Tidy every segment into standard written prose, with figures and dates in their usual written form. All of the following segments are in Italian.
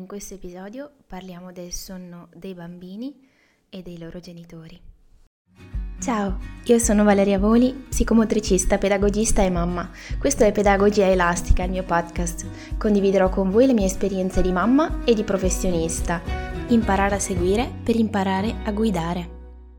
questo episodio parliamo del sonno dei bambini e dei loro genitori. Ciao, io sono Valeria Voli, psicomotricista, pedagogista e mamma. Questo è Pedagogia Elastica, il mio podcast. Condividerò con voi le mie esperienze di mamma e di professionista. Imparare a seguire per imparare a guidare.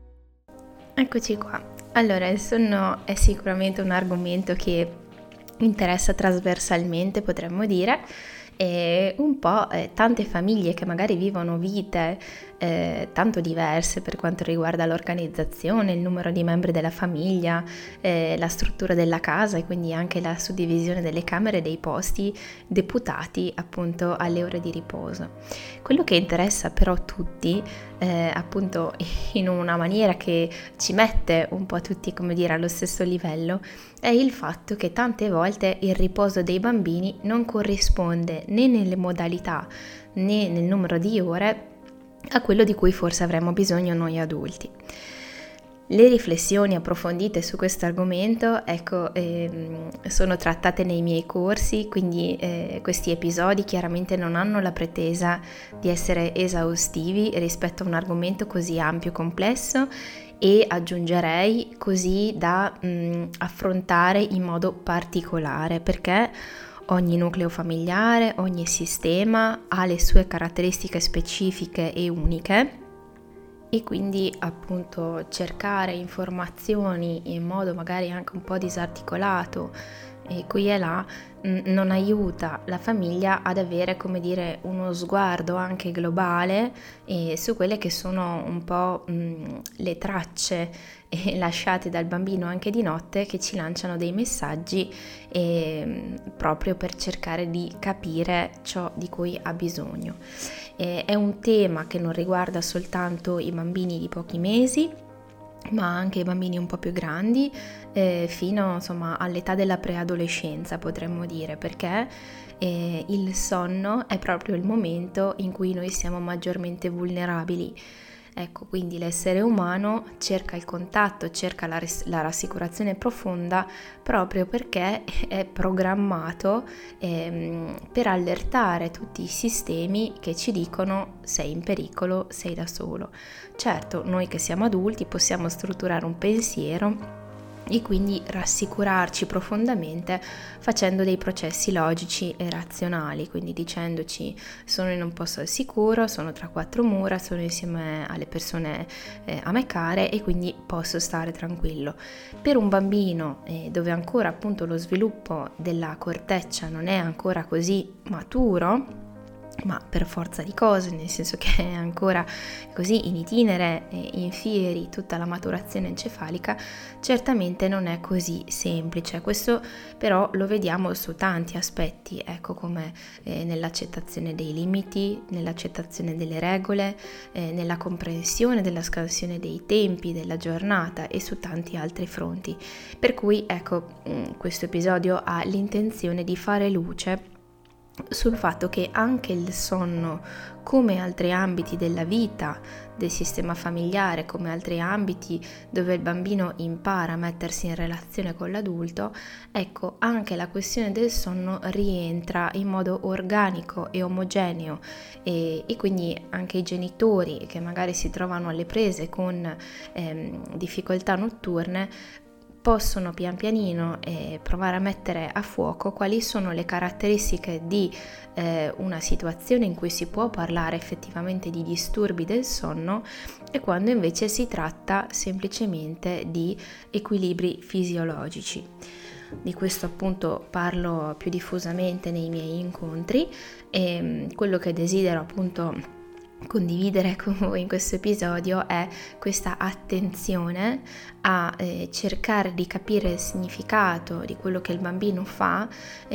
Eccoci qua. Allora, il sonno è sicuramente un argomento che interessa trasversalmente, potremmo dire, e un po' tante famiglie che magari vivono vite tanto diverse per quanto riguarda l'organizzazione, il numero di membri della famiglia, la struttura della casa e quindi anche la suddivisione delle camere e dei posti deputati appunto alle ore di riposo. Quello che interessa però tutti, appunto in una maniera che ci mette un po' tutti, come dire, allo stesso livello, è il fatto che tante volte il riposo dei bambini non corrisponde né nelle modalità né nel numero di ore a quello di cui forse avremmo bisogno noi adulti. Le riflessioni approfondite su questo argomento, sono trattate nei miei corsi, quindi questi episodi chiaramente non hanno la pretesa di essere esaustivi rispetto a un argomento così ampio e complesso, e aggiungerei così da affrontare in modo particolare, perché ogni nucleo familiare, ogni sistema ha le sue caratteristiche specifiche e uniche, e quindi appunto cercare informazioni in modo magari anche un po' disarticolato e qui e là non aiuta la famiglia ad avere, come dire, uno sguardo anche globale su quelle che sono un po' le tracce lasciate dal bambino anche di notte, che ci lanciano dei messaggi proprio per cercare di capire ciò di cui ha bisogno. È un tema che non riguarda soltanto i bambini di pochi mesi, ma anche i bambini un po' più grandi, fino insomma all'età della preadolescenza, potremmo dire, perché il sonno è proprio il momento in cui noi siamo maggiormente vulnerabili. Ecco, quindi l'essere umano cerca il contatto, cerca la rassicurazione profonda proprio perché è programmato per allertare tutti i sistemi che ci dicono: sei in pericolo, sei da solo. Certo, noi che siamo adulti possiamo strutturare un pensiero e quindi rassicurarci profondamente facendo dei processi logici e razionali, quindi dicendoci: sono in un posto al sicuro, sono tra quattro mura, sono insieme alle persone a me care e quindi posso stare tranquillo. Per un bambino dove ancora appunto lo sviluppo della corteccia non è ancora così maturo, ma per forza di cose, nel senso che è ancora così in itinere e in fieri tutta la maturazione encefalica, certamente non è così semplice. Questo però lo vediamo su tanti aspetti, ecco, come nell'accettazione dei limiti, nell'accettazione delle regole, nella comprensione della scansione dei tempi della giornata e su tanti altri fronti. Per cui ecco, questo episodio ha l'intenzione di fare luce sul fatto che anche il sonno, come altri ambiti della vita, del sistema familiare, come altri ambiti dove il bambino impara a mettersi in relazione con l'adulto, ecco, anche la questione del sonno rientra in modo organico e omogeneo, e quindi anche i genitori che magari si trovano alle prese con difficoltà notturne possono pian pianino provare a mettere a fuoco quali sono le caratteristiche di una situazione in cui si può parlare effettivamente di disturbi del sonno e quando invece si tratta semplicemente di equilibri fisiologici. Di questo appunto parlo più diffusamente nei miei incontri, e quello che desidero appunto condividere con voi in questo episodio è questa attenzione a cercare di capire il significato di quello che il bambino fa,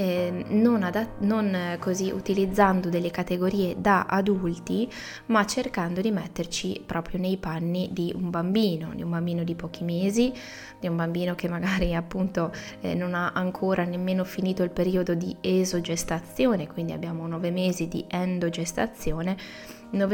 non così utilizzando delle categorie da adulti, ma cercando di metterci proprio nei panni di un bambino di pochi mesi, di un bambino che magari appunto non ha ancora nemmeno finito il periodo di esogestazione, quindi abbiamo 9 mesi di endogestazione, 9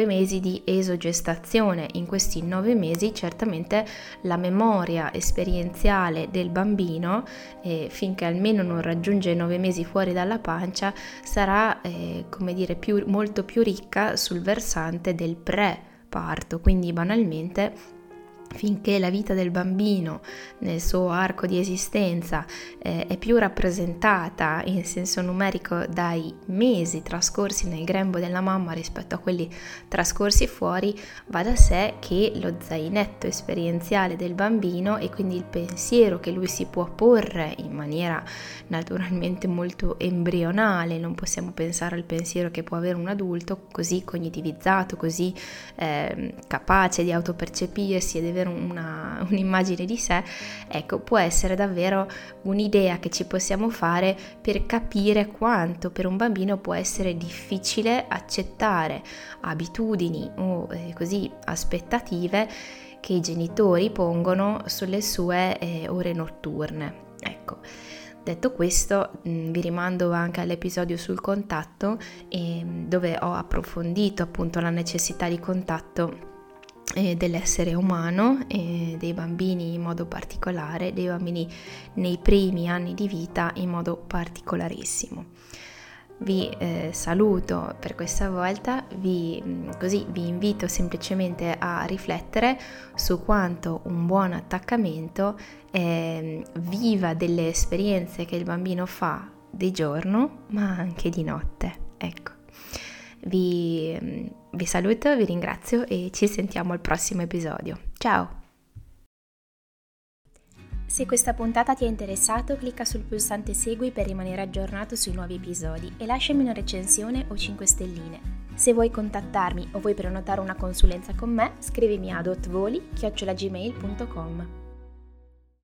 9 mesi di esogestazione. In questi 9 mesi certamente la memoria esperienziale del bambino, finché almeno non raggiunge i 9 mesi fuori dalla pancia, sarà molto più ricca sul versante del pre-parto, quindi banalmente finché la vita del bambino nel suo arco di esistenza è più rappresentata in senso numerico dai mesi trascorsi nel grembo della mamma rispetto a quelli trascorsi fuori, va da sé che lo zainetto esperienziale del bambino e quindi il pensiero che lui si può porre in maniera naturalmente molto embrionale, non possiamo pensare al pensiero che può avere un adulto così cognitivizzato, così capace di autopercepirsi e di avere un'immagine di sé, ecco, può essere davvero un'idea che ci possiamo fare per capire quanto per un bambino può essere difficile accettare abitudini o così aspettative che i genitori pongono sulle sue ore notturne. Ecco, detto questo, vi rimando anche all'episodio sul contatto, dove ho approfondito appunto la necessità di contatto dell'essere umano, dei bambini in modo particolare, dei bambini nei primi anni di vita in modo particolarissimo. Vi saluto per questa volta, vi invito semplicemente a riflettere su quanto un buon attaccamento viva delle esperienze che il bambino fa di giorno ma anche di notte. Ecco, vi saluto, vi ringrazio e ci sentiamo al prossimo episodio. Ciao! Se questa puntata ti è interessato, clicca sul pulsante segui per rimanere aggiornato sui nuovi episodi e lasciami una recensione o 5 stelline. Se vuoi contattarmi o vuoi prenotare una consulenza con me, scrivimi a dotvoli@gmail.com.